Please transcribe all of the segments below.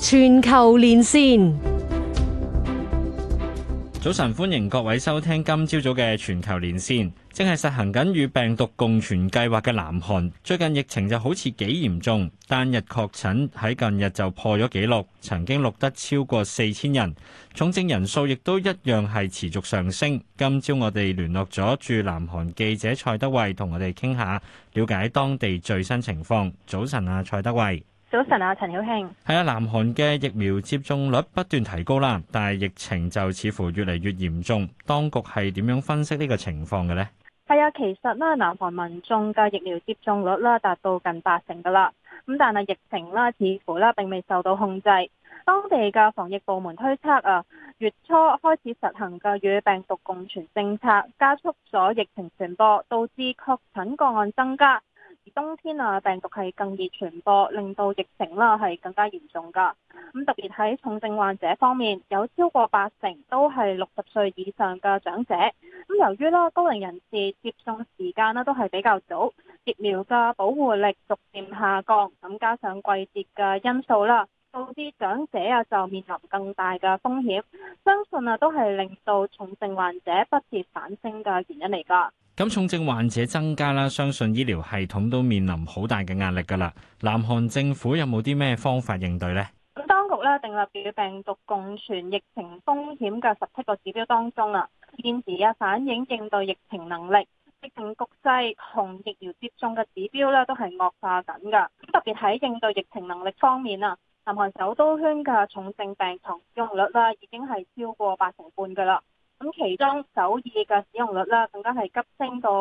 全球連線。 早晨，歡迎各位收聽今朝早嘅全球連線。正係實行緊與病毒共存計劃嘅南韓，最近疫情就好似幾嚴重，單日確診喺近日就破咗紀錄，曾經錄得超過4000人，重症人數亦都一樣係持續上升。今朝我哋聯絡咗駐南韓記者蔡德蕙，同我哋傾下，了解當地最新情況。早晨啊，蔡德蕙。 早晨啊，陳曉慶。 係啊，南韓嘅疫苗接種率不斷提高啦，但係疫情就似乎越嚟越嚴重。當局係點樣分析呢個情況嘅呢？ 係啊，其實咧，南韓民眾嘅疫苗接種率啦達到近80%噶啦。咁但係疫情啦，似乎啦並未受到控制。當地嘅防疫部門推測啊，月初開始實行嘅與病毒共存政策，加速咗疫情傳播，導致確診個案增加。而冬天啊，病毒係更易傳播，令到疫情啦係更加嚴重噶。咁特別喺重症患者方面，有超過80%都係60歲以上嘅長者。咁由於啦高齡人士接種時間啦都係比較早，疫苗嘅保護力逐漸下降，咁加上季節嘅因素啦，導致長者啊就面臨更大嘅風險。相信啊都係令到重症患者不跌反升嘅原因嚟噶。 咁重症患者增加啦，相信醫療系統都面臨好大嘅壓力㗎啦。南韓政府有冇啲咩方法應對呢？ 咁當局咧訂立與病毒共存疫情風險嘅17個指標當中啊，現時啊反映應對疫情能力、疫情局勢同疫苗接種嘅指標咧都係惡化緊㗎。特別喺應對疫情能力方面啊，南韓首都圈嘅重症病床使用率啦已經係超過80%半㗎啦。咁其中首爾嘅使用率啦，更加係急升到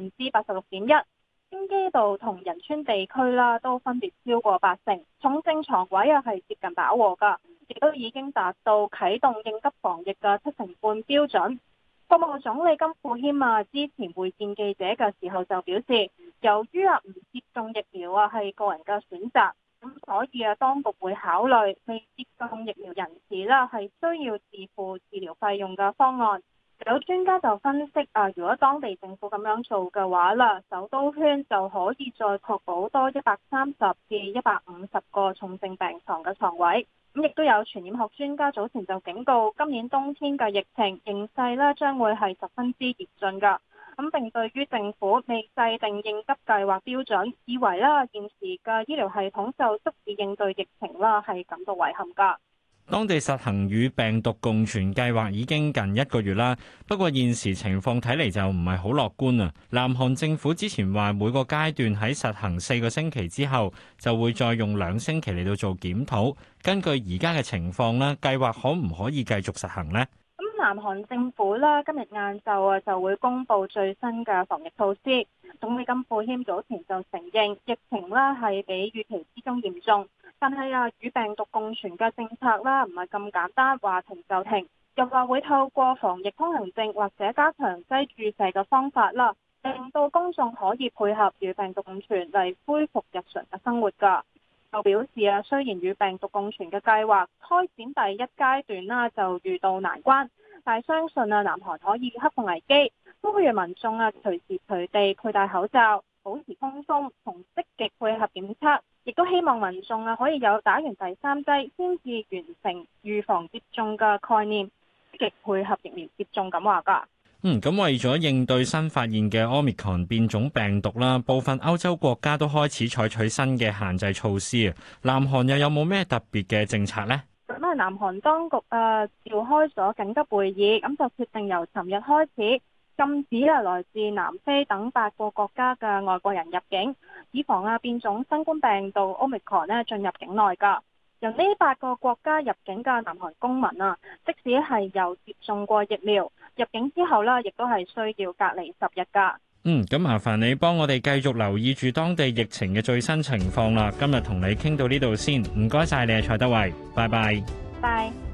86.1%，京畿道同仁川地區啦，都分別超過80%，重症床位啊係接近飽和噶，亦都已經達到啟動應急防疫嘅75%標準。國務總理金富謙啊，之前會見記者嘅時候就表示，由於唔接種疫苗啊係個人嘅選擇。咁所以啊，當局會考慮未接種疫苗人士啦，係需要自付治療費用嘅方案。有專家就分析啊，如果當地政府咁樣做嘅話啦，首都圈就可以再確保多130至150個重症病床嘅床位。咁亦都有傳染學專家早前就警告，今年冬天嘅疫情形勢咧將會係十分之嚴峻㗎。咁並對於政府未制定應急計劃標準，以為啦現時嘅醫療系統就足以應對疫情啦，係感到遺憾㗎。 當地實行與病毒共存計劃已經近1個月啦，不過現時情況睇嚟就唔係好樂觀啊。南韓政府之前話每個階段喺實行4個星期之後，就會再用2星期嚟到做檢討。根據而家嘅情況啦，計劃可唔可以繼續實行呢？ 咁南韓政府啦，今日晏晝啊就會公布最新嘅防疫措施。總理金富謙早前就承認疫情啦係比預期之中嚴重，但係啊與病毒共存嘅政策啦唔係咁簡單，話停就停，又話會透過防疫通行證或者加強劑注射嘅方法啦，令到公眾可以配合與病毒共存嚟恢復日常嘅生活㗎。就表示啊，雖然與病毒共存嘅計劃開展第1階段啦就遇到難關，但係相信啊南韓可以克服危機，呼籲民眾啊隨時隨地佩戴口罩，保持通風同積極配合檢測，亦都希望民眾啊可以有打完第3劑先至完成預防接種嘅概念，積極配合疫苗接種咁話㗎。 咁為咗應對新發現嘅 Omicron 變種病毒啦，部分歐洲國家都開始採取新嘅限制措施啊。南韓又有冇咩特別嘅政策呢？ 咁啊，南韓當局召開咗緊急會議，咁就決定由尋日開始禁止來自南非等8個國家嘅外國人入境，以防變種新冠病毒 Omicron 進入境內㗎。由呢8個國家入境嘅南韓公民啊，即使係有接種過疫苗，入境之後啦，亦都係需要隔離10日㗎。 咁麻煩你幫我哋繼續留意住當地疫情嘅最新情況啦。今日同你傾到呢度先，唔該晒你啊，蔡德蕙，拜拜。 拜。